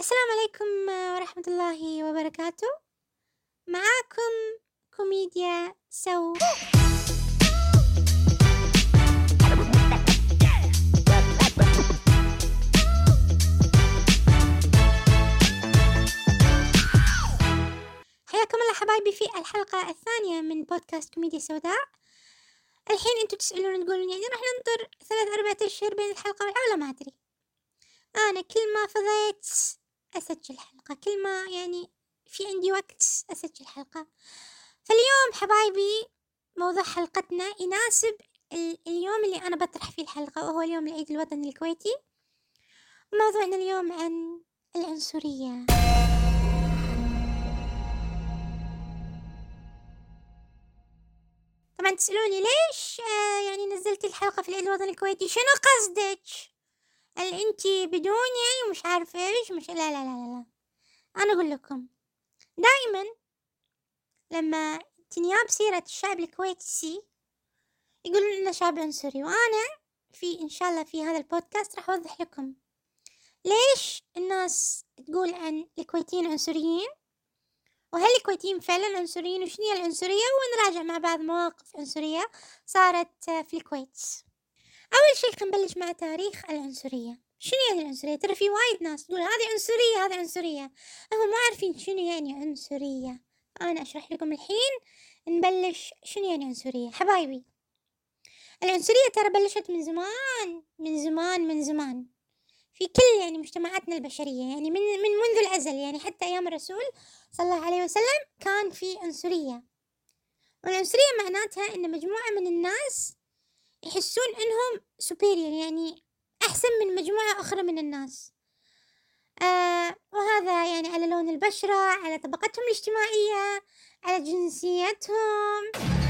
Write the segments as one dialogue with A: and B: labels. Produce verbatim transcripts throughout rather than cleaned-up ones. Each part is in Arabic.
A: السلام عليكم ورحمة الله وبركاته. معاكم كوميديا سو. حياكم الله حبايبي في الحلقة الثانية من بودكاست كوميديا سوداء. الحين انتم تسألون تقولون يعني راح ننطر ثلاث أربعة أشهر بين الحلقة والحلقة، ما أدري. أنا كل ما فضيت أسجل حلقة، كل ما يعني في عندي وقت أسجل حلقة. فاليوم حبايبي موضوع حلقتنا يناسب اليوم اللي أنا بطرح فيه الحلقة، وهو اليوم العيد الوطني الكويتي. موضوعنا اليوم عن العنصرية. طبعا تسألوني ليش آه يعني نزلت الحلقة في العيد الوطني الكويتي، شنو قصدك؟ هل انتي بدون يعني مش عارف ايش مش لا لا لا لا, لا. أنا أقول لكم دائما لما تنياب سيرة الشعب الكويتي يقولون إنه شعب عنصري، وأنا في إن شاء الله في هذا البودكاست راح أوضح لكم ليش الناس تقول عن الكويتيين عنصريين، وهل الكويتيين فعلا عنصريين، وشنو هي العنصرية، ونراجع مع بعض مواقف عنصرية صارت في الكويت. أول شيء خلينا نبلش مع تاريخ العنصرية. شنو يعني العنصرية؟ ترى في وايد ناس تقول هذه عنصرية هذه عنصرية، هم ما عارفين شنو يعني عنصرية. أنا أشرح لكم الحين. نبلش شنو يعني عنصرية حبايبي. العنصرية ترى بلشت من زمان من زمان من زمان في كل يعني مجتمعاتنا البشرية، يعني من من منذ الأزل، يعني حتى أيام الرسول صلى الله عليه وسلم كان في عنصرية. والعنصرية معناتها إن مجموعة من الناس يحسون إنهم superior، يعني أحسن من مجموعة أخرى من الناس، آه وهذا يعني على لون البشرة، على طبقتهم الاجتماعية، على جنسيتهم.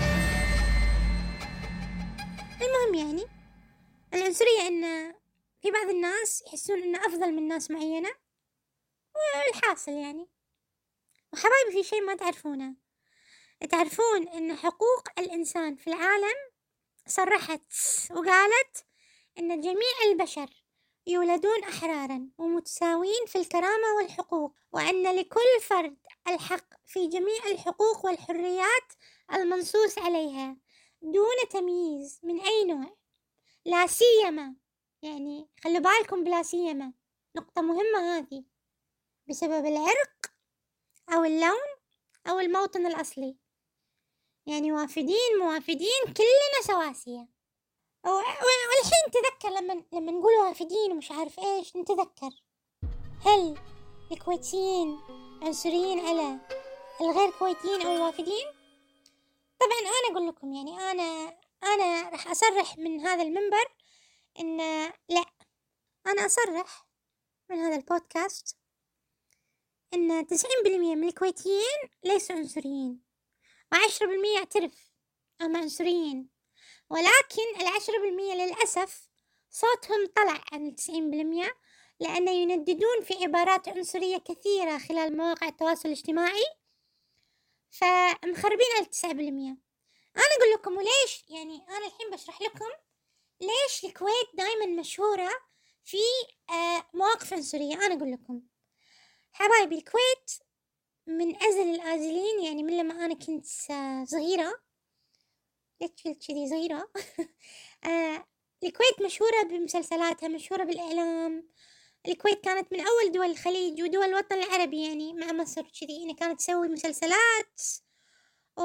A: المهم يعني العنصرية إن في بعض الناس يحسون إنه أفضل من ناس معينة، والحاصل يعني. وحبايبي في شيء ما تعرفونه، تعرفون إن حقوق الإنسان في العالم صرحت وقالت إن جميع البشر يولدون أحرارا ومتساوين في الكرامة والحقوق، وأن لكل فرد الحق في جميع الحقوق والحريات المنصوص عليها دون تمييز من أي نوع، لا سيما، يعني خلوا بالكم بلا سيما، نقطة مهمة هذه، بسبب العرق أو اللون أو الموطن الأصلي. يعني وافدين موافدين كلنا سواسية. والحين تذكر لما لما نقول وافدين ومش عارف إيش، نتذكر هل الكويتيين عنصريين على الغير كويتيين أو الوافدين؟ طبعا أنا أقول لكم يعني أنا أنا راح أصرح من هذا المنبر إن لا، أنا أصرح من هذا البودكاست إن تسعين بالمية من الكويتيين ليسوا عنصريين، وعشرة بالمية اعترف هم عنصريين، ولكن العشرة بالمية للأسف صوتهم طلع عن التسعين بالمية، لأن ينددون في عبارات عنصرية كثيرة خلال مواقع التواصل الاجتماعي، فمخربين على التسعة بالمية. أنا أقول لكم وليش، يعني أنا الحين بشرح لكم ليش الكويت دايما مشهورة في آه مواقف عنصرية. أنا أقول لكم حبايبي الكويت من أزل الآزلين، يعني من لما أنا كنت آه صغيرة، ليش قلت كذي صغيرة؟ آه الكويت مشهورة بمسلسلاتها، مشهورة بالإعلام. الكويت كانت من أول دول الخليج ودول الوطن العربي، يعني مع مصر كذي، إنها كانت تسوي مسلسلات و...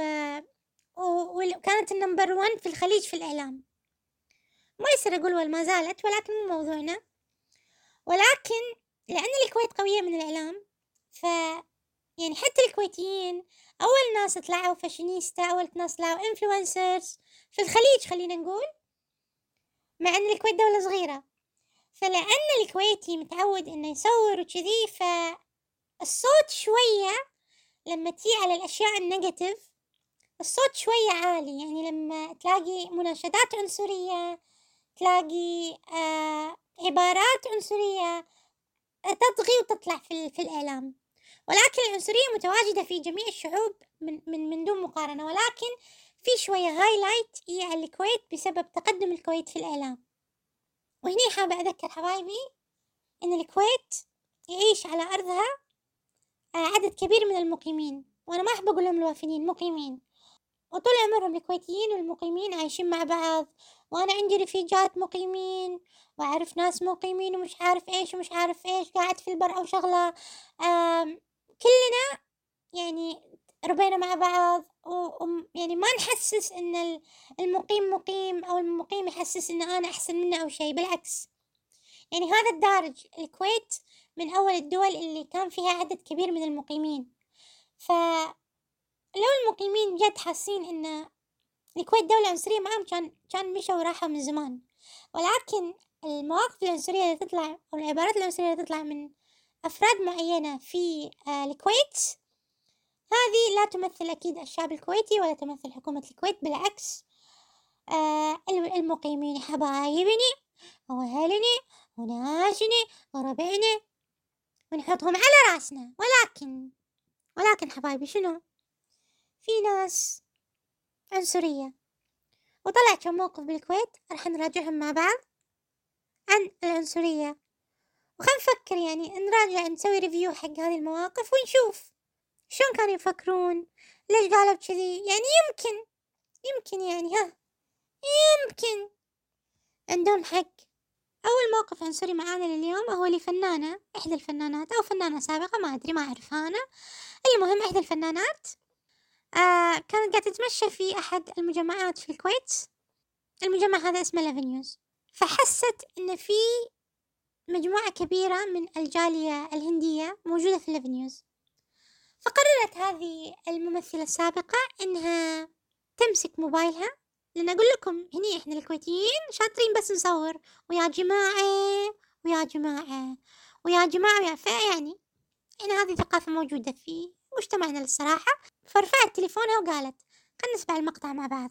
A: وكانت النمبر ون في الخليج في الإعلام. ما يصير أقول وما زالت، ولكن مو موضوعنا. ولكن لأن الكويت قوية من الإعلام، ف يعني حتى الكويتيين أول ناس طلعوا فاشينيستا، أول ناس طلعوا إنفلونسرز في الخليج خلينا نقول، مع أن الكويت دولة صغيرة. فلأن الكويتي متعود إنه يصور وكذي، فالصوت شوية لما تي على الأشياء النيجاتيف الصوت شوية عالي، يعني لما تلاقي مناشدات عنصرية، تلاقي آه عبارات عنصرية تطغي وتطلع في, في الإعلام. ولكن العنصرية متواجدة في جميع الشعوب من, من, من دون مقارنة، ولكن في شوية هايلايت هي على الكويت بسبب تقدم الكويت في الإعلام. وهنا حابة أذكر حبايبي إن الكويت يعيش على أرضها عدد كبير من المقيمين، وأنا ما أحب أقول لهم الوافدين، مقيمين، وطول عمرهم الكويتيين والمقيمين عايشين مع بعض، وأنا عندي رفيجات مقيمين وأعرف ناس مقيمين ومش عارف إيش ومش عارف إيش قاعد في البر أو شغلة. كلنا يعني ربينا مع بعض، ويعني ما نحسس إن المقيم مقيم أو المقيم يحسس إن أنا أحسن منه أو شيء، بالعكس. يعني هذا الدارج، الكويت من أول الدول اللي كان فيها عدد كبير من المقيمين، فلو المقيمين جد حاسين إن الكويت دولة عنصرية معهم كان كان مشوا وراحوا من زمان. ولكن المواقف العنصرية اللي تطلع أو العبارات العنصرية اللي تطلع من أفراد معينة في آه الكويت، هذه لا تمثل أكيد الشعب الكويتي ولا تمثل حكومة الكويت، بالعكس. آه المقيمين حبايبني وأهلني وناسني وربعنا ونحطهم على راسنا، ولكن ولكن حبايبي شنو؟ في ناس عنصرية، وطلع كم موقف بالكويت راح نراجعهم مع بعض عن العنصرية، وخلينا نفكر يعني نراجع نسوي ريفيو حق هذه المواقف ونشوف شلون كانوا يفكرون، ليش قالوا بكذي. يعني يمكن يمكن يعني ها يمكن عندهم حق. أول موقف عنصري معانا لليوم هو لفنانة، إحدى الفنانات أو فنانة سابقة ما أدري ما أعرفها أنا، المهم إحدى الفنانات آه كانت قاعدة تتمشى في أحد المجمعات في الكويت، المجمع هذا اسمه لافنيوز، فحست إن في مجموعة كبيرة من الجالية الهندية موجودة في لافنيوز، فقررت هذه الممثلة السابقة إنها تمسك موبايلها، لأن أقول لكم هني إحنا الكويتيين شاطرين بس نصور ويا جماعة ويا جماعة ويا جماعة ويا فيعني إحنا هذه ثقافة موجودة في مجتمعنا للصراحة. فرفعت تليفونها وقالت خلنا نسمع المقطع مع بعض.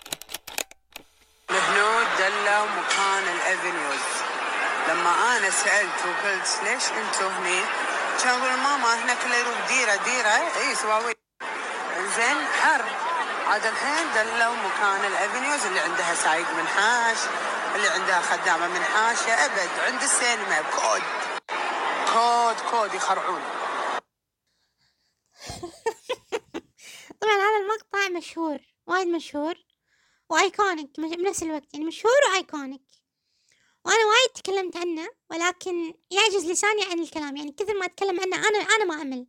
B: الهنود دلوا مكان الافنيوز، لما انا سالت وقلت ليش انتوا هني، كان يقول ماما هنا كله يروح ديره ديره اي سواوي زين حر. عاد الحين دلوا مكان الافنيوز اللي عندها سايق منحاش، اللي عندها خدامه منحاشه، ابد عند السينما كود كود كود يخرعون.
A: طبعا هذا المقطع مشهور، وايد مشهور وايكونيك بنفس الوقت، يعني مشهور وايكونيك، وانا وايد تكلمت عنه ولكن يعجز لساني عن الكلام، يعني كثر ما اتكلم عنه انا انا ما امل.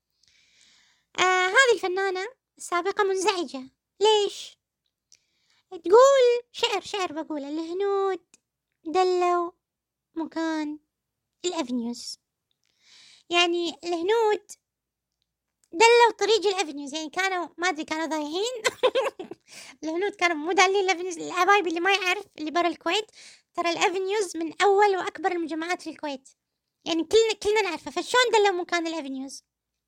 A: آه هذه الفنانة السابقة منزعجة، ليش؟ تقول شعر شعر بقول الهنود دلوا مكان الافنيوز، يعني الهنود دلوا طريق الافنيوز، يعني كانوا ما ادري كانوا ضايعين. الهنود كانوا مو دالين الافنيوز. الحبايب اللي ما يعرف اللي برا الكويت، ترى الافنيوز من اول واكبر المجمعات في الكويت، يعني كلنا كلنا نعرفه، فشون دلوا مكان الافنيوز.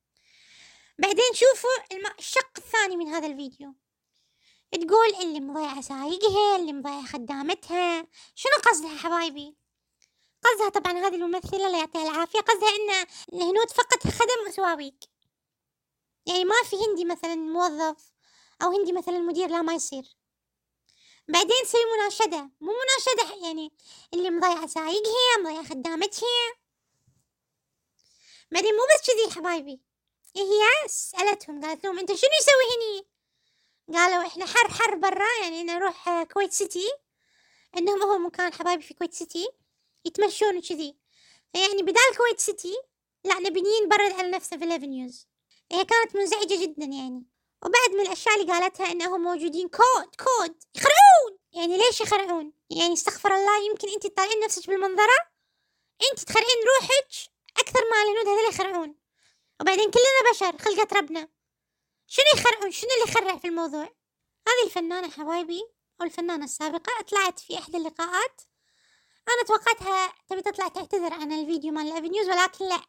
A: بعدين شوفوا الم... الشق الثاني من هذا الفيديو، تقول اللي مضيعة سايقها، اللي مضيعة خدامتها. شنو قصدها حبايبي؟ قصدها طبعا هذه الممثلة الله يعطيها العافية، قصدها ان الهنود فقط خدم وسواويق، يعني ما في هندي مثلا موظف او هندي مثلا مدير، لا ما يصير. بعدين سوي مناشدة، مو مناشدة يعني اللي مضيعة سايقها مضيعة خدامتها. بعدين مو بس كذي حبايبي، هي سألتهم قالت لهم انتوا شنو يسوي هني؟ قالوا احنا حر حر برا، يعني نروح كويت سيتي، عندهم هو مكان حبايبي في كويت سيتي يتمشون وكذي، يعني بدال كويت سيتي لا نبي نبرد على نفسنا في الافنيوز. هي كانت منزعجة جدا يعني. وبعد من الأشياء اللي قالتها إنهم موجودين كود كود يخرعون. يعني ليش يخرعون؟ يعني استغفر الله، يمكن أنت تطالعين نفسك بالمنظرة أنت تخرعين روحك أكثر ما الهنود هذول يخرعون. وبعدين كلنا بشر خلقة ربنا، شنو يخرعون؟ شنو اللي يخرع في الموضوع؟ هذه الفنانة حبايبي أو الفنانة السابقة طلعت في إحدى اللقاءات، أنا توقعتها تبي تطلع تعتذر عن الفيديو مال الافنيوز، ولكن لا،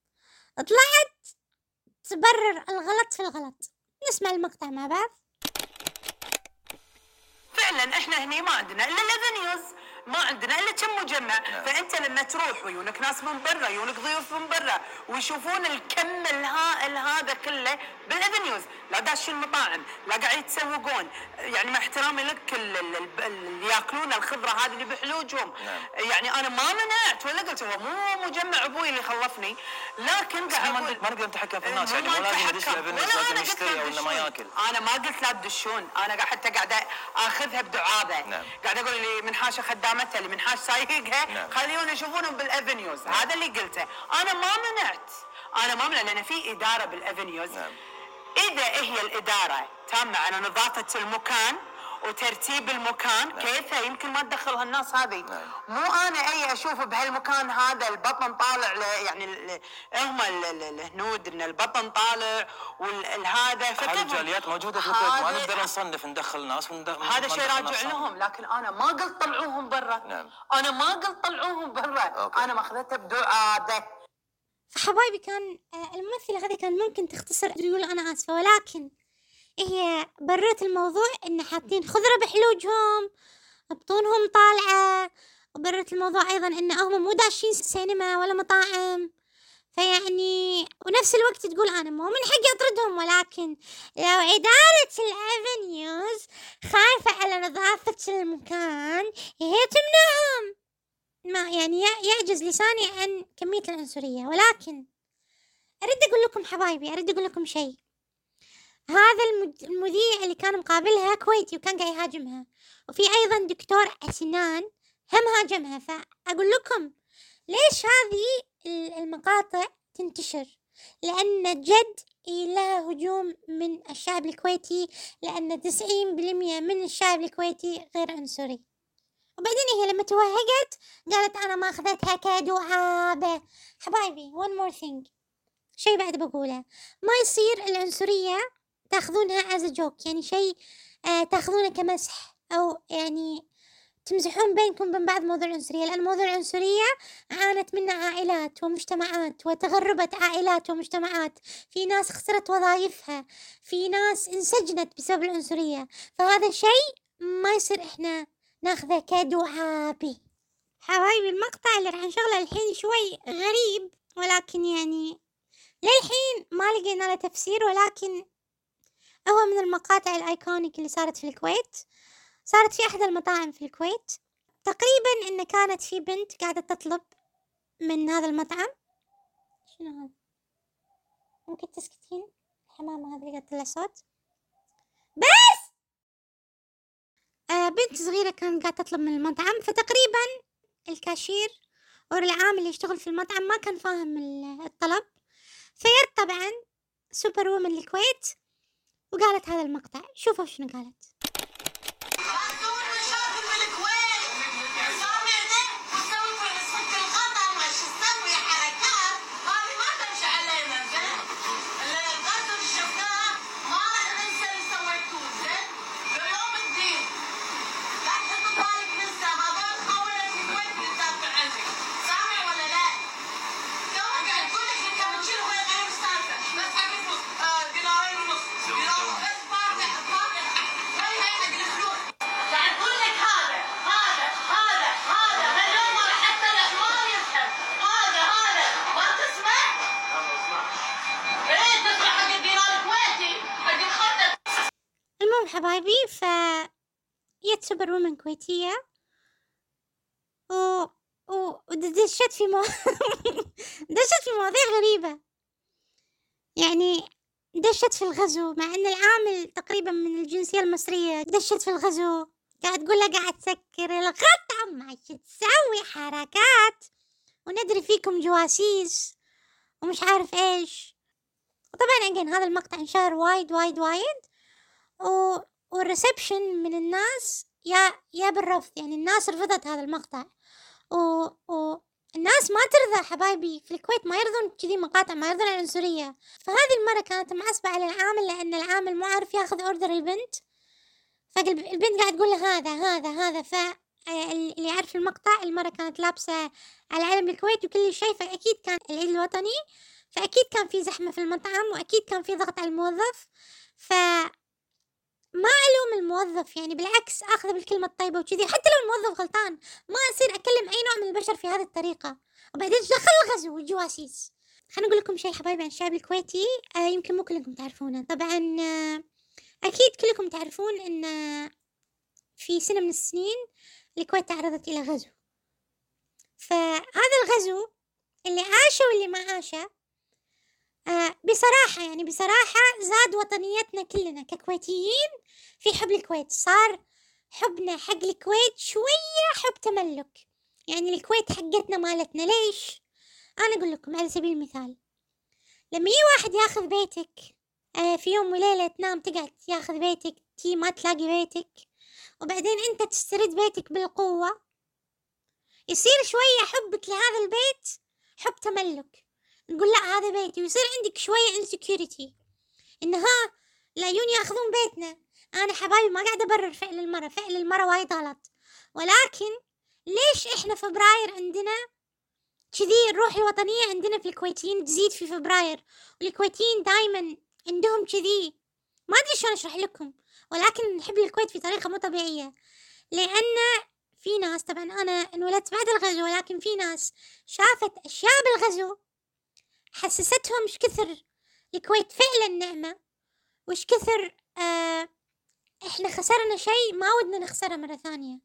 A: طلعت تبرر الغلط في الغلط. نسمع المقطع مع بعض.
B: فعلا احنا هني ما عندنا الا الافنيوز، ما عندنا الا كم مجمع.
C: نعم.
B: فانت لما تروح ويونك ناس من برا، يونك ضيوف من برا، ويشوفون الكم الهائل هذا كله بالافنيوز، لا داشين مطاعم، لا قاعد يتسوقون، يعني مع احترامي لك ال- ال- ال- اللي ياكلون الخضره هذه اللي بحلوجهم.
C: نعم.
B: يعني انا ما منعت ولا قلت هو مو مجمع ابوي اللي خلفني، لكن
C: بس
B: قاعد
C: ما
B: اقول
C: نقدر- ما نقدر نتحكم في الناس،
B: مو
C: يعني
B: ما
C: مو لازم
B: نتحكم.
C: يدش الافنيوز
B: ولا
C: لازم
B: أنا قلت
C: يشتري
B: لا
C: او انه ما
B: تدشون.
C: ياكل.
B: انا ما قلت لا تدشون، انا قاعد حتى قاعده اخذها بدعابه.
C: نعم.
B: قاعد اقول اللي منحاشه خدامتها، اللي منحاش سايقها،
C: نعم.
B: خليهم يشوفونهم بالافنيوز.
C: نعم.
B: هذا اللي قلته. انا ما منعت، انا ما منع، لان في اداره بالافنيوز.
C: نعم.
B: اذا هي الاداره تامه على نظافه المكان وترتيب المكان،
C: نعم.
B: كيفها يمكن ما تدخلها الناس هذه.
C: نعم.
B: مو انا اي اشوف بهالمكان هذا البطن طالع ل- يعني ال- هم ال- ال- الهنود ان البطن طالع والهذا.
C: هذه الجاليات موجوده في الكويت، ما نقدر نصنف ندخل ناس وندخل
B: هذا شيء راجع لهم، لكن انا ما قلت طلعوهم برا.
C: نعم.
B: انا ما قلت طلعوهم برا.
C: أوكي.
A: انا ما اخذتها بدعابه. فحبايبي كان الممثله هذه كان ممكن تختصر تقول انا اسفه، ولكن هي بررت الموضوع ان حاطين خضره بحلوجهم، بطونهم طالعه، وبررت الموضوع ايضا ان هم مو داشين سينما ولا مطاعم. فيعني ونفس الوقت تقول انا مو من حقي اطردهم، ولكن لو اداره الافنيوز خايفه على نظافه المكان هي تمنعهم. ما يعني يعجز لساني عن كميه العنصريه. ولكن اريد اقول لكم حبايبي، اريد اقول لكم شيء. هذا المذيع اللي كان مقابلها كويتي وكان قاعد يهاجمها، وفي ايضا دكتور اسنان هم هاجمها. فاقول لكم ليش هذه المقاطع تنتشر؟ لان جد لها هجوم من الشعب الكويتي، لان تسعين بالمئة من الشعب الكويتي غير عنصري. وبعدين هي لما توهقت قالت انا ما اخذتها كدعابة. حبايبي one more thing، شيء بعد بقوله، ما يصير العنصرية تاخذونها as a joke، يعني شيء آه تاخذونه كمزح، او يعني تمزحون بينكم بين بعض موضوع العنصرية. لأن موضوع العنصرية عانت منه عائلات ومجتمعات، وتغربت عائلات ومجتمعات، في ناس خسرت وظائفها، في ناس انسجنت بسبب العنصرية. فهذا شيء ما يصير احنا ناخذه كدعابة. حبايبي المقطع اللي راح نشغله الحين شوي غريب، ولكن يعني للحين ما لقينا له تفسير، ولكن هو من المقاطع الايكونيك اللي صارت في الكويت. صارت في احدى المطاعم في الكويت، تقريبا ان كانت في بنت قاعدة تطلب من هذا المطعم. شنو هذا؟ ممكن تسكتين؟ الحمامة هذه اللي قاعدة تطلع صوت بس. آه بنت صغيرة كانت قاعدة تطلب من المطعم، فتقريبا الكاشير او العامل اللي يشتغل في المطعم ما كان فاهم الطلب، فيرد طبعا سوبر وومن الكويت وقالت هذا المقطع. شوفوا شنو قالت. المهم حبايبي، ف جت سوبر وومن كويتية و و ودشت في مو... دشت في مواضيع غريبة، يعني دشت في الغزو، مع ان العامل تقريبا من الجنسية المصرية. دشت في الغزو، قاعد تقول له قاعد تسكر الغطا وما تسوي حركات، وندري فيكم جواسيس ومش عارف ايش. وطبعا اجين هذا المقطع انشهر وايد وايد وايد، و... والريسبشن من الناس يا يا بالرفض، يعني الناس رفضت هذا المقطع، و... و... الناس ما ترضى حبايبي في الكويت، ما يرضون كذي مقاطع، ما يرضون العنصرية. فهذه المرة كانت معصبة على العامل، لأن العامل مو عارف ياخذ اوردر البنت، فالبنت قاعد تقول له هذا هذا هذا. ف اللي يعرف المقطع، المرة كانت لابسة على علم الكويت وكل شيء، فأكيد كان العيد الوطني، فأكيد كان في زحمة في المطعم، وأكيد كان في ضغط على الموظف. ف ما ألوم الموظف، يعني بالعكس آخذه بالكلمة الطيبة وكذي، حتى لو الموظف غلطان ما أصير أكلم أي نوع من البشر في هذه الطريقة. وبعدين دخل الغزو والجواسيس. خليني أقول لكم شيء حبايبي عن الشعب الكويتي، آه يمكن مو كلكم تعرفونه. طبعا آه أكيد كلكم تعرفون أن آه في سنة من السنين الكويت تعرضت إلى غزو، فهذا الغزو اللي عاشه واللي ما عاشه آه بصراحة يعني بصراحة زاد وطنيتنا كلنا ككويتيين في حب الكويت. صار حبنا حق الكويت شوية حب تملك، يعني الكويت حقتنا مالتنا. ليش؟ أنا أقول لكم على سبيل المثال، لما يجي واحد ياخذ بيتك آه في يوم وليلة تنام تقعد ياخذ بيتك، تي ما تلاقي بيتك، وبعدين أنت تسترد بيتك بالقوة، يصير شوية حبك لهذا البيت حب تملك. نقول لا هذا بيتي، ويصير عندك شوية insecurity إن ها لا يجون ياخذون بيتنا. أنا حبايبي ما قاعدة أبرر فعل المرة، فعل المرة وايد غلط، ولكن ليش إحنا فبراير عندنا كذي الروح الوطنية عندنا في الكويتيين تزيد في فبراير، والكويتيين دايما عندهم كذي، ما أدري شلون أشرح لكم، ولكن نحب الكويت في طريقة مو طبيعية. لأن في ناس، طبعا أنا انولدت بعد الغزو، ولكن في ناس شافت أشياء بالغزو حسستهم إيش كثر الكويت فعلا نعمة، وإيش كثر آه إحنا خسرنا شيء ما ودنا نخسره مرة ثانية.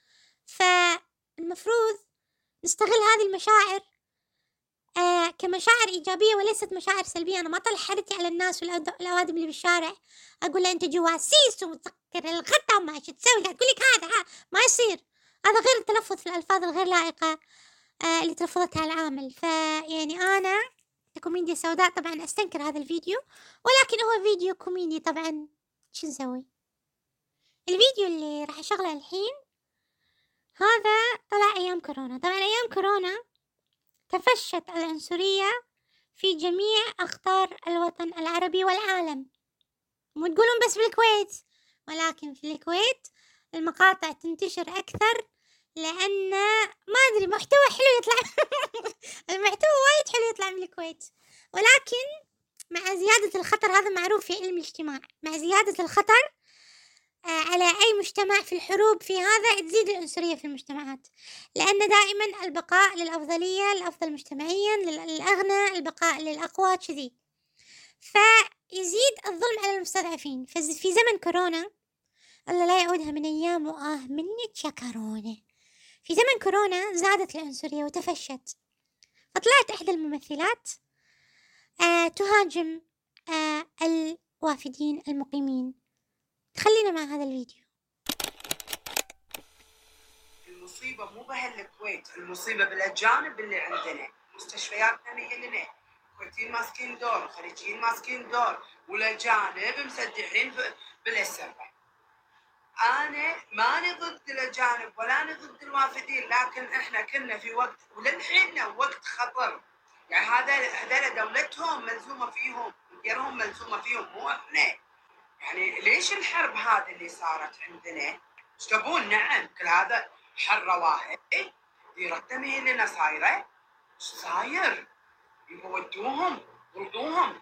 A: فالمفروض نستغل هذه المشاعر آه كمشاعر إيجابية وليست مشاعر سلبية. أنا ما طلع حرتي على الناس والأوادم اللي بالشارع أقول له أنت جواسيس ومسكر الغطا وما شو تسوي، قاعد تقول لك هذا ها. ما يصير، هذا غير التلفظ في الألفاظ الغير لائقة آه اللي تلفظتها العامل. فيعني أنا كوميديا سوداء طبعا أستنكر هذا الفيديو، ولكن هو فيديو كوميدي. طبعا شو نسوي؟ الفيديو اللي راح أشغله الحين هذا طلع أيام كورونا. طبعا أيام كورونا تفشت العنصرية في جميع أقطار الوطن العربي والعالم، مو تقولون بس بالكويت، ولكن في الكويت المقاطع تنتشر أكثر لأن ما أدري محتوى حلو يطلع المحتوى وايد حلو يطلع من الكويت. ولكن مع زيادة الخطر، هذا معروف في علم الاجتماع، مع زيادة الخطر آه على أي مجتمع في الحروب في هذا تزيد العنصرية في المجتمعات، لأن دائما البقاء للأفضلية، الأفضل مجتمعيا للأغنى، البقاء للأقوى كذي، فيزيد الظلم على المستضعفين. في زمن كورونا الله لا يعودها من أيام وآه منك يا كورونا، في زمن كورونا زادت العنصرية وتفشت، فطلعت إحدى الممثلات آه تهاجم آه الوافدين المقيمين. خلينا مع هذا الفيديو.
B: المصيبة مو بهالكويت، المصيبة بالأجانب اللي عندنا، مستشفياتنا هي لنا، الكويتيين ماسكين دور، الخليجيين ماسكين دور، والأجانب مسدحين بالسرة. أنا ماني ضد الأجانب ولا أنا ضد الوافدين، لكن إحنا كنا في وقت وللحين وقت خطر، يعني هذا هذول دولتهم ملزومة فيهم، ديرهم ملزومة فيهم، مو إحنا. يعني ليش الحرب هذه اللي صارت عندنا؟ ايش تبون؟ نعم كل هذا حرة واحد ديرتهم هي لنا صايرة. ايش صاير؟ يودوهم يطردوهم.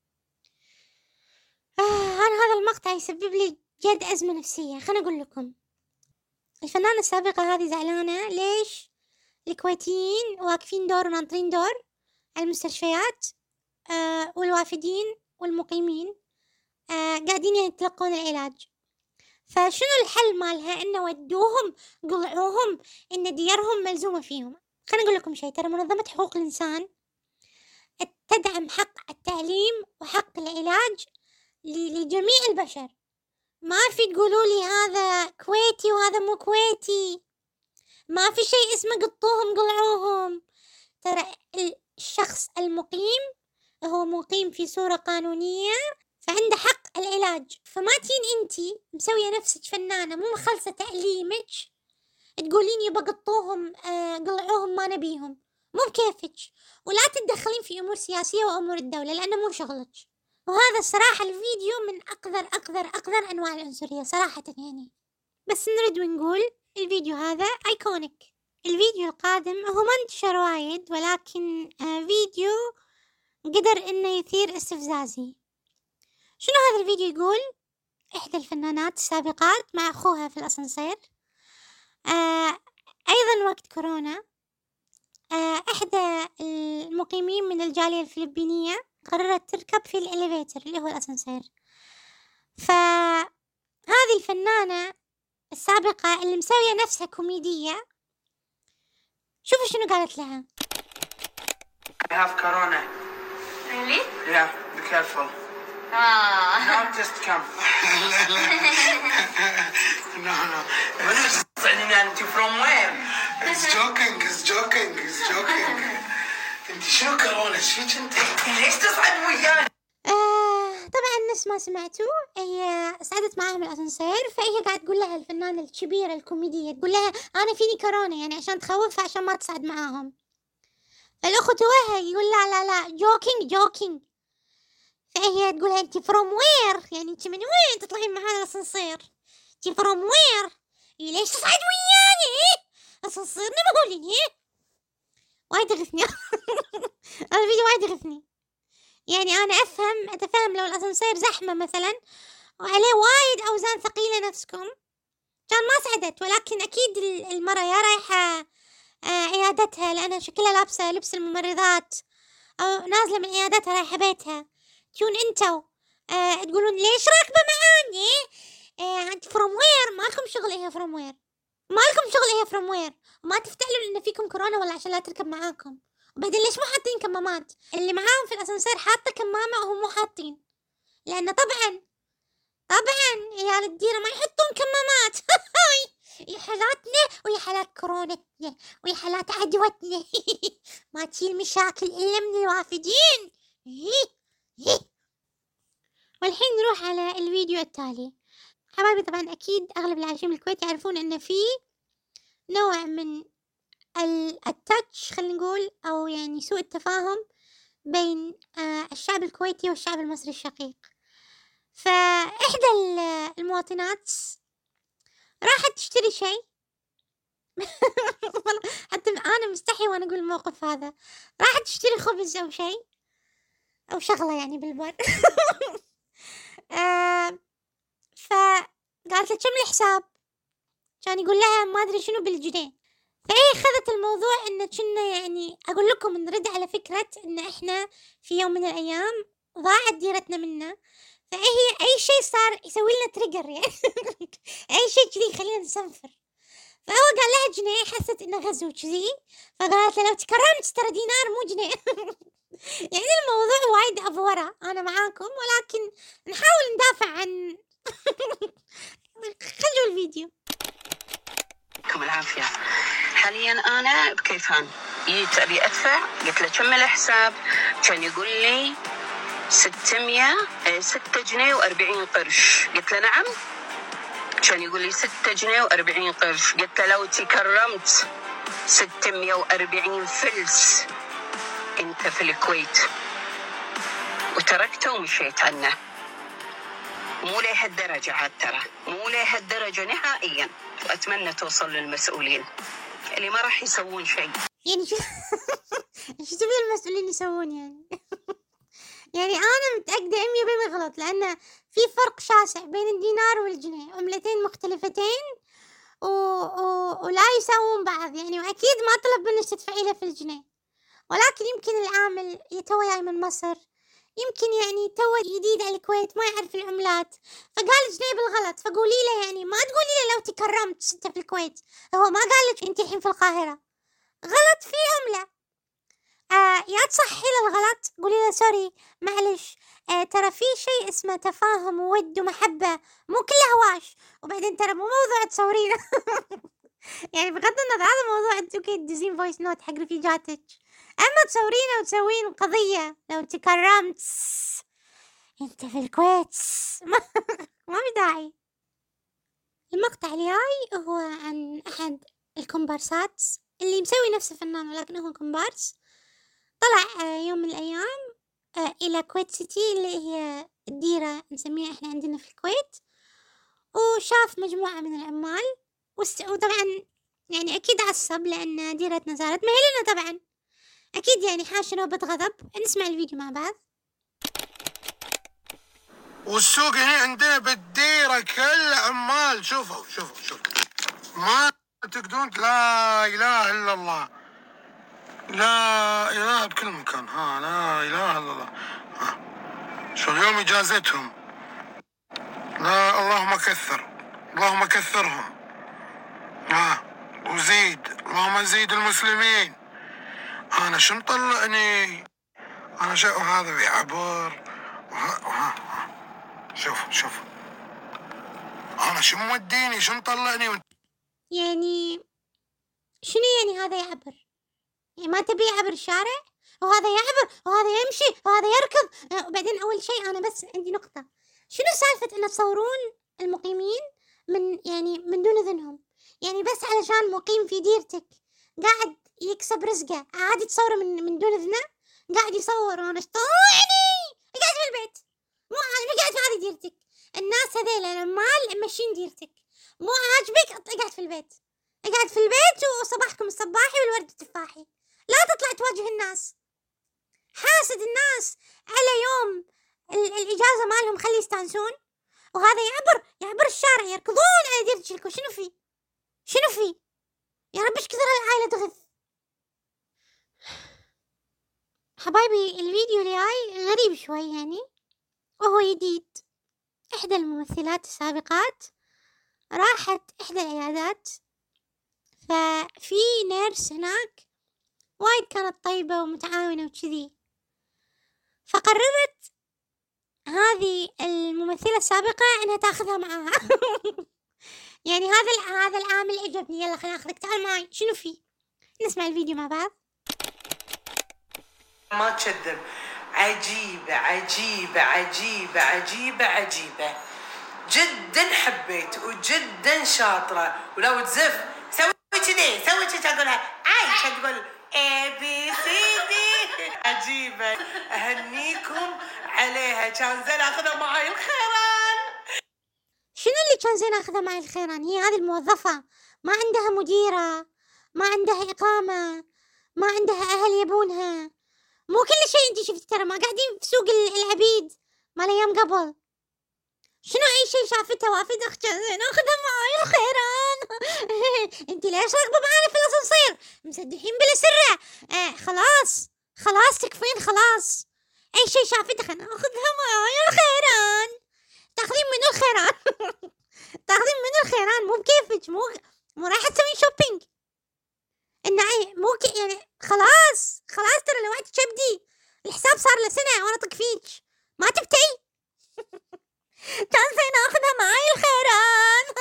A: آه أنا هذا المقطع يسبب لي جد أزمة نفسية. خليني أقول لكم، الفنانة السابقة هذه زعلانة ليش الكويتيين واقفين دور وناطرين دور على المستشفيات آه والوافدين والمقيمين آه قاعدين يتلقون العلاج. فشنو الحل مالها؟ إنه ودوهم قلعوهم إن ديارهم ملزومة فيهم. خليني أقول لكم شيء، ترى منظمة حقوق الإنسان تدعم حق التعليم وحق العلاج لجميع البشر. ما في تقولوا لي هذا كويتي وهذا مو كويتي، ما في شيء اسمه قطوهم قلعوهم. ترى الشخص المقيم هو مقيم في صورة قانونية، فعنده حق العلاج. فما تين انتي مسوية نفسك فنانة مو مخلصة تعليمك تقولين يبا قطوهم آه قلعوهم ما نبيهم، مو بكيفك. ولا تتدخلين في أمور سياسية وأمور الدولة لأنه مو شغلك. وهذا الصراحة الفيديو من أقذر أقذر أقذر أنواع العنصرية صراحة يعني. بس نرد ونقول الفيديو هذا ايكونيك. الفيديو القادم هو ما انتشر وايد، ولكن آه فيديو قدر انه يثير استفزازي. شنو هذا الفيديو يقول؟ إحدى الفنانات السابقات مع أخوها في الأسانسير. آه أيضا وقت كورونا آه إحدى المقيمين من الجالية الفلبينية قررت تركب في الإليفيتر اللي هو الأسانسير. فهذه الفنانة السابقة اللي مسوية نفسها كوميدية، شوفوا شنو قالت لها.
B: I have corona.
D: Really?
B: Yeah, be careful.
D: Ah.
B: Now just come.
E: No, no.
B: When you saying أنت from where?
E: It's joking, it's joking, it's joking. انت شنو كورونا؟ شفيك انت؟
B: ليش تصعد وياي؟
A: آه طبعا نفس ما سمعتوا، هي صعدت معاهم الأسانسير، فهي قاعد تقول لها الفنانة الكبيرة الكوميدية، تقول لها أنا فيني كورونا يعني عشان تخوفها عشان ما تصعد معاهم. فالأخو توهق يقول لا لا لا جوكينج جوكينج. فهي تقولها أنت فروم وير، يعني أنت من وين تطلعين معانا الأسانسير؟ أنت فروم وير؟ ليش تصعد وياي؟ أسانسير نبغولي وايد غثني. هذا الفيديو وايد غثني. يعني أنا أفهم أتفهم لو الأسانسير زحمة مثلا وعليه وايد أوزان ثقيلة نفسكم كان ما صعدت، ولكن أكيد المرة يا رايحة آه عيادتها لأنها شكلها لابسة لبس الممرضات، أو نازلة من عيادتها رايحة بيتها، تكون انتو آه تقولون ليش راكبة معاني؟ آه انت فروم وير؟ مالكم شغل هي فروم وير، مالكم شغل هي فروم وير، وما تفتعلوا إن فيكم كورونا ولا عشان لا تركب معاكم. وبعدين ليش مو حاطين كمامات؟ اللي معاهم في الأسانسير حاطة كمامة وهم مو حاطين، لأن طبعا طبعا عيال الديرة ما يحطون كمامات. يا حالاتنا ويا حالات كورونتنا ويا حالات عدوتنا. ما تشيل مشاكل إلا من الوافدين. والحين نروح على الفيديو التالي. حبايبي طبعا أكيد أغلب اللي عايشين بالكويت يعرفون أن في نوع من التاتش خلينا نقول، أو يعني سوء التفاهم بين آه الشعب الكويتي والشعب المصري الشقيق. فإحدى المواطنات راحت تشتري شيء. حتى أنا مستحي وأنا أقول الموقف هذا. راحت تشتري خبز أو شيء أو شغلة يعني بالبر. آه فقالت له كم الحساب؟ كان يقول لها ما أدري شنو بالجنيه. فهي خذت الموضوع إنه كنا يعني أقول لكم نرد على فكرة إن إحنا في يوم من الأيام ضاعت ديرتنا منا، فهي أي شيء صار يسوي لنا تريجر يعني. أي شيء كذي يخلينا نسنفر. فهو قال لها جنيه، حست إنه غزو كذي، فقالت له لو تكرمت ترى دينار مو جنيه. يعني الموضوع وايد أفورة، أنا معاكم ولكن نحاول ندافع عن. خلوا الفيديو.
B: يعطيكم العافية. حاليا أنا بكيفان، جيت أبي أدفع، قلت له كم الحساب؟ كان يقول لي ستمية ستة جنيه وأربعين قرش. قلت له نعم. كان يقول لي ستة جنيه وأربعين قرش. قلت له لو تكرمت ستمية وأربعين فلس أنت في الكويت. وتركته ومشيت عنه. مو لهالدرجة عاد، ترى مو لهالدرجة نهائيا. وأتمنى توصل للمسؤولين اللي ما راح يسوون شيء.
A: يعني شو شو تبي المسؤولين يسوون يعني؟ يعني أنا متأكدة مية بالمية غلط، لأن في فرق شاسع بين الدينار والجنيه، عملتين مختلفتين و... و... ولا يساوون بعض يعني. وأكيد ما طلب منك تدفعي له في الجنيه، ولكن يمكن العامل يتوه جاي من مصر، يمكن يعني توه جديد على الكويت ما يعرف العملات، فقال جنيه بالغلط. فقولي له يعني ما تقولي له لو تكرمت انت في الكويت، هو ما قال لك انت الحين في القاهرة. غلط في عملة. آه يا تصحي له الغلط، قولي له سوري معلش، آه ترى في شيء اسمه تفاهم وود ومحبة، مو كله هواش. وبعدين ترى مو موضوع تصورينه. يعني بغض النظر هذا موضوع انتو كي تدزين فويس نوت حق رفيجاتك، اما تصورينه وتسوين قضية لو تكرمت انت في الكويت. ما بداعي. المقطع الجاي هو عن احد الكومبارسات اللي مسوي نفسه فنان ولكن هو كومبارس. طلع يوم من الايام الى كويت سيتي اللي هي الديرة نسميها احنا عندنا في الكويت، وشاف مجموعة من العمال وطبعا يعني اكيد عصب لان ديرتنا صارت مهلنا طبعا، اكيد يعني حاش نوبة غضب. نسمع الفيديو مع بعض.
E: والسوق هنا عندنا بالديرة كل عمال. شوفوا شوفوا شوفوا ما تقدرون. لا إله إلا الله، لا إله بكل مكان. ها لا إله إلا الله. ها شو اليوم إجازتهم؟ لا اللهم كثر، اللهم كثرهم. ها وزيد، اللهم زيد المسلمين. أنا شو مطلعني؟ أنا شايف هذا بيعبر وها وها. شوف شوف أنا شو موديني، شو مطلعني.
A: يعني شنو يعني هذا يعبر؟ يعني ما تبي يعبر الشارع وهذا يعبر وهذا يمشي وهذا يركض. آه، وبعدين أول شيء أنا بس عندي نقطة، شنو سالفة إن تصورون المقيمين من يعني من دون إذنهم؟ يعني بس علشان مقيم في ديرتك قاعد يكسب رزقه عادي تصوره من من دون إذنه؟ قاعد يصور وأنا يعني قاعد في البيت مو عاجبك قاعد في هذه ديرتك. الناس هذيل العمال ماشيين ديرتك، مو عاجبك قاعد في البيت، قاعد في البيت وصباحكم الصباحي والورد التفاحي. لا تطلع تواجه الناس، حاسد الناس على يوم الإجازة مالهم خلي يستانسون، وهذا يعبر يعبر الشارع يركضون على ديرة شلكو. شنو في شنو في يا رب ايش كثر العائلة تغث. حبايبي الفيديو اللي جاي غريب شوي يعني، وهو جديد. إحدى الممثلات السابقات راحت إحدى العيادات، ففي نيرس هناك وايد كانت طيبة ومتعاونة وكذي، فقررت هذه الممثلة السابقة انها تاخذها معاها. يعني هذا هذا العامل عجبني. يلا خلينا ناخذك، تعال معي. شنو في؟ نسمع الفيديو مع بعض.
B: ما تكذب، عجيبة عجيبة عجيبة عجيبة عجيبة جدا. حبيت وجدا شاطرة، ولو تزف سوي كذي سوي كذي تقولها عايشة تقول A B C D. عجيبة، أهنيكم عليها. كان زين أخذها معي الخيران.
A: شنو اللي كان زين اخذها معي الخيران؟ هي هذه الموظفة ما عندها مديرة، ما عندها إقامة، ما عندها أهل يبونها. مو كل شيء انتي شفتي، ترى ما قاعدين في سوق العبيد مال أيام قبل. شنو أي شيء شافته وافد أخ كان زين أخذها معي الخيران. انتي ليش راكبة معانا في الأسانسير مسدحين بالأسرة؟ آه خلاص خلاص تكفين خلاص. أي شيء شافته خلنا أخذها معي الخيران. تاخذين منو الخيران؟ تاخذين منو الخيران؟ مو بكيفك، مو مو رايحة تسوين شوبينج. النعي مو ك... يعني خلاص خلاص ترى لو عدت كبدي الحساب صار له سنة وأنا أطق فيك ما تبتعي. كان زين أخذها معاي الخيران.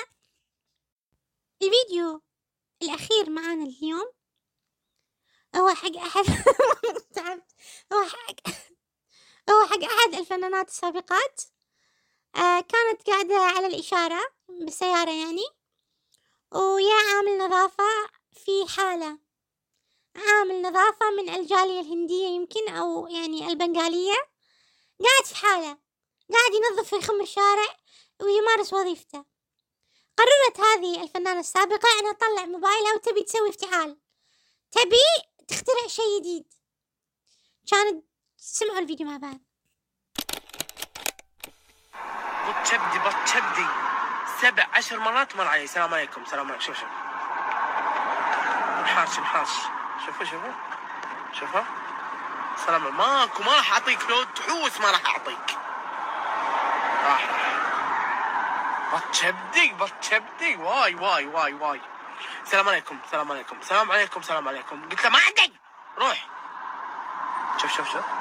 A: الفيديو الأخير معانا اليوم هو حق أحد تعبت هو حق هو حق أحد الفنانات السابقات. آه كانت قاعدة على الإشارة بالسيارة يعني، ويا عامل نظافة في حالة، عامل نظافة من الجالية الهندية يمكن أو يعني البنغالية، قاعد في حالة قاعد ينظف في خمر الشارع ويمارس وظيفته. قررت هذه الفنانة السابقة أنها تطلع موبايلها وتبي تسوي افتعال، تبي تخترع شيء جديد. كانت سمعوا الفيديو مع بعض.
F: بتشبدي بتشبدي سبع عشر مرات مر علي. السلام عليكم السلام عليكم. شوف شوف انحاش انحاش. شوفوا شوفوا شوفوا. السلام ماكو، ما راح اعطيك لو تحوس، ما راح اعطيك. راح راح بتشبدي بتشبدي واي واي واي واي. السلام عليكم السلام عليكم السلام عليكم السلام عليكم. قلت له ما عندي روح. شوف شوف شوف.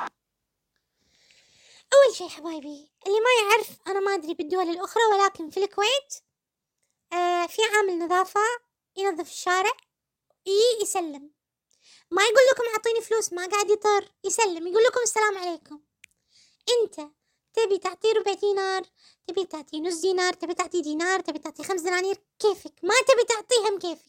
A: أول شيء حبايبي اللي ما يعرف، أنا ما أدري بالدول الأخرى ولكن في الكويت آه في عامل نظافة ينظف الشارع يجي يسلم، ما يقول لكم أعطيني فلوس، ما قاعد يطر، يسلم يقول لكم السلام عليكم. أنت تبي تعطي ربع دينار، تبي تعطي نص دينار، تبي تعطي دينار، تبي تعطي خمس دنانير، كيفك، ما تبي تعطيهم كيفك.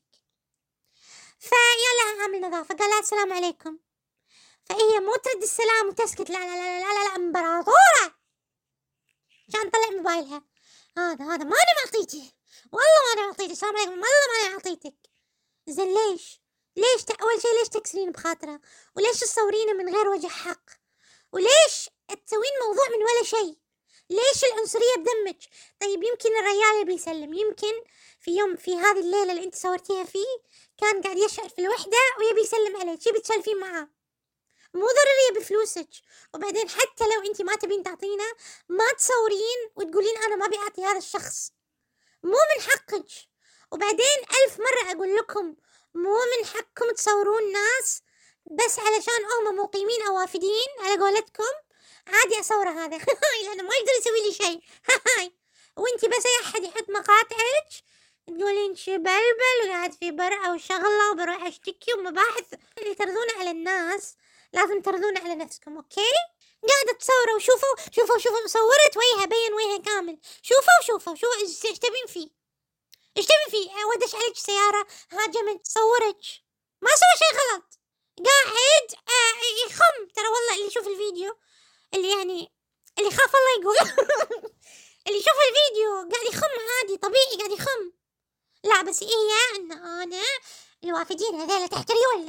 A: فيلا عامل نظافة قال لها السلام عليكم، فهي مو ترد السلام وتسكت، لا لا لا لا لا, لا امبراطورة. كان طلع موبايلها، هذا هذا ما أنا معطيته، والله ما أنا معطيته، السلام عليكم والله ما أنا معطيتك. زين ليش؟ ليش ت... أول شيء ليش تكسرين بخاطره؟ وليش تصورينه من غير وجه حق؟ وليش تسوين موضوع من ولا شيء؟ ليش العنصرية بدمك؟ طيب يمكن الرجال اللي بيسلم، يمكن في يوم في هذه الليلة اللي انت صورتيها فيه كان قاعد يشعر في الوحدة ويبي يسلم عليك، شي بتسولفين معاه، مو ضروري بفلوسك. وبعدين حتى لو انت ما تبين تعطينا ما تصورين وتقولين انا ما بيعطي هذا الشخص، مو من حقك. وبعدين ألف مرة أقول لكم مو من حقكم تصورون ناس بس علشان هم مقيمين أو وافدين على قولتكم، عادي أصور هذا لأنه ما يقدر يسوي لي شيء وانتي بس أي أحد يحط مقاطعك تقولين شي بلبل وقاعد في برا وشغلة وبروح أشتكي ومباحث. اللي ترضون على الناس لازم ترضون على نفسكم، أوكي؟ قاعدة تصوروا وشوفوا شوفوا شوفوا صورت وجهها بين وجهها كامل، شوفوا شوفوا شو ايش تبين فيه؟ ايش تبين فيه؟ ودش عليك سيارة هاجمت صورك، ما سوى شيء غلط، قاعد آه يخم. ترى والله اللي يشوف الفيديو اللي يعني اللي خاف الله يقول اللي يشوف الفيديو قاعد يخم عادي طبيعي قاعد يخم. لا بس هي ان انا الوافدين هذول تحتري ولا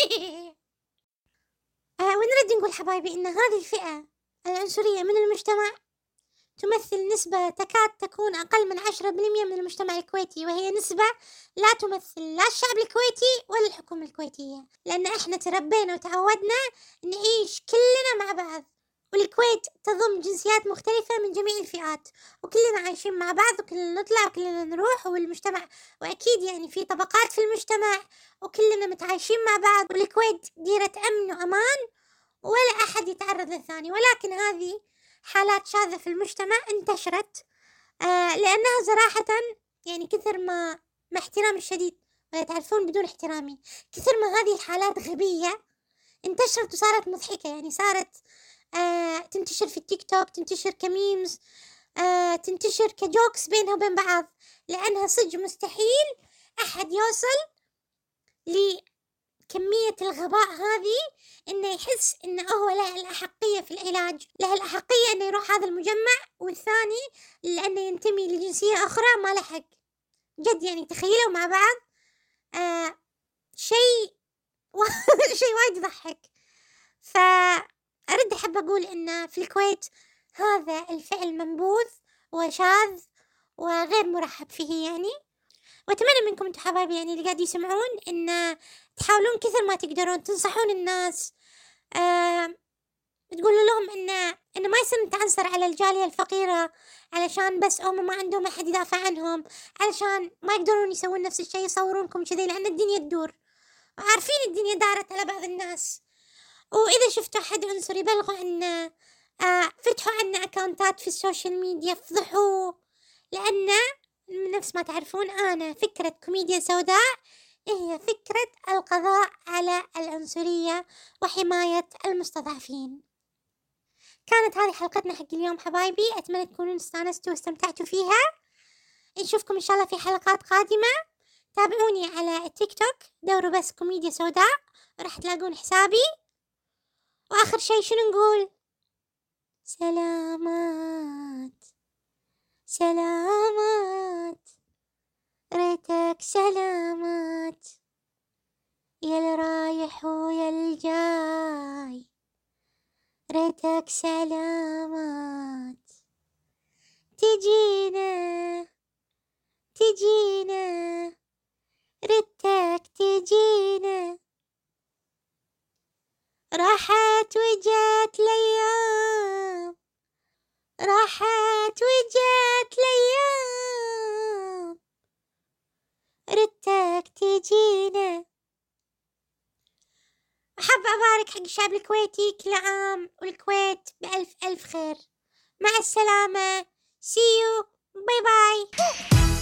A: آه ونرد نقول حبايبي ان هذه الفئة العنصرية من المجتمع تمثل نسبة تكاد تكون أقل من عشرة بالمئة من المجتمع الكويتي، وهي نسبة لا تمثل لا الشعب الكويتي ولا الحكومة الكويتية، لأن إحنا تربينا وتعودنا نعيش كلنا مع بعض، والكويت تضم جنسيات مختلفة من جميع الفئات وكلنا عايشين مع بعض وكلنا نطلع وكلنا نروح، والمجتمع وأكيد يعني في طبقات في المجتمع وكلنا متعايشين مع بعض، والكويت ديرة أمن وأمان ولا أحد يتعرض للثاني. ولكن هذه حالات شاذة في المجتمع انتشرت آه لأنها صراحة يعني كثر ما مع احترامي الشديد ولا تعرفون بدون احترامي، كثر ما هذه الحالات غبية انتشرت وصارت مضحكة، يعني صارت آه تنتشر في التيك توك، تنتشر كميمز، آه تنتشر كجوكس بينها وبين بعض، لأنها صدق مستحيل أحد يوصل لكمية الغباء هذه إنه يحس إنه هو له الأحقية في العلاج، له الأحقية إنه يروح هذا المجمع، والثاني لأنه ينتمي لجنسية أخرى ما له حق. جد يعني تخيلوا مع بعض آه شيء و... شيء وايد يضحك. فأرد أحب أقول إن في الكويت هذا الفعل منبوذ وشاذ وغير مرحب فيه يعني. وأتمنى منكم انتم حبايبي يعني اللي قاعد يسمعون إن تحاولون كثر ما تقدرون تنصحون الناس، آه تقولوا لهم إن إن ما يصير نتعنصر على الجالية الفقيرة علشان بس هم ما عندهم أحد يدافع عنهم، علشان ما يقدرون يسوون نفس الشيء يصورونكم كذي، لأن الدنيا تدور وعارفين الدنيا دارت على بعض الناس. وإذا شفتوا أحد عنصري بلغوا عنا، آه فتحوا عنا أكاونتات في السوشيال ميديا، فضحوه، لأن نفس ما تعرفون أنا فكرة كوميديا سوداء هي فكرة القضاء على العنصرية وحماية المستضعفين. كانت هذه حلقتنا حق اليوم حبايبي، أتمنى تكونوا استانستوا واستمتعتوا فيها. نشوفكم إن شاء الله في حلقات قادمة. تابعوني على التيك توك، دوروا بس كوميديا سوداء راح تلاقون حسابي. وآخر شي شنو نقول؟ سلامات سلامات ريتك سلامات يا الرايح ويا الجاي، ريتك سلامات تجينا تجينا ريتك تجينا، راحت وجات الأيام راحت وجات الأيام ريتك تجينا. أحب أبارك حق الشعب الكويتي كل عام والكويت بألف ألف خير. مع السلامة. See you. باي باي.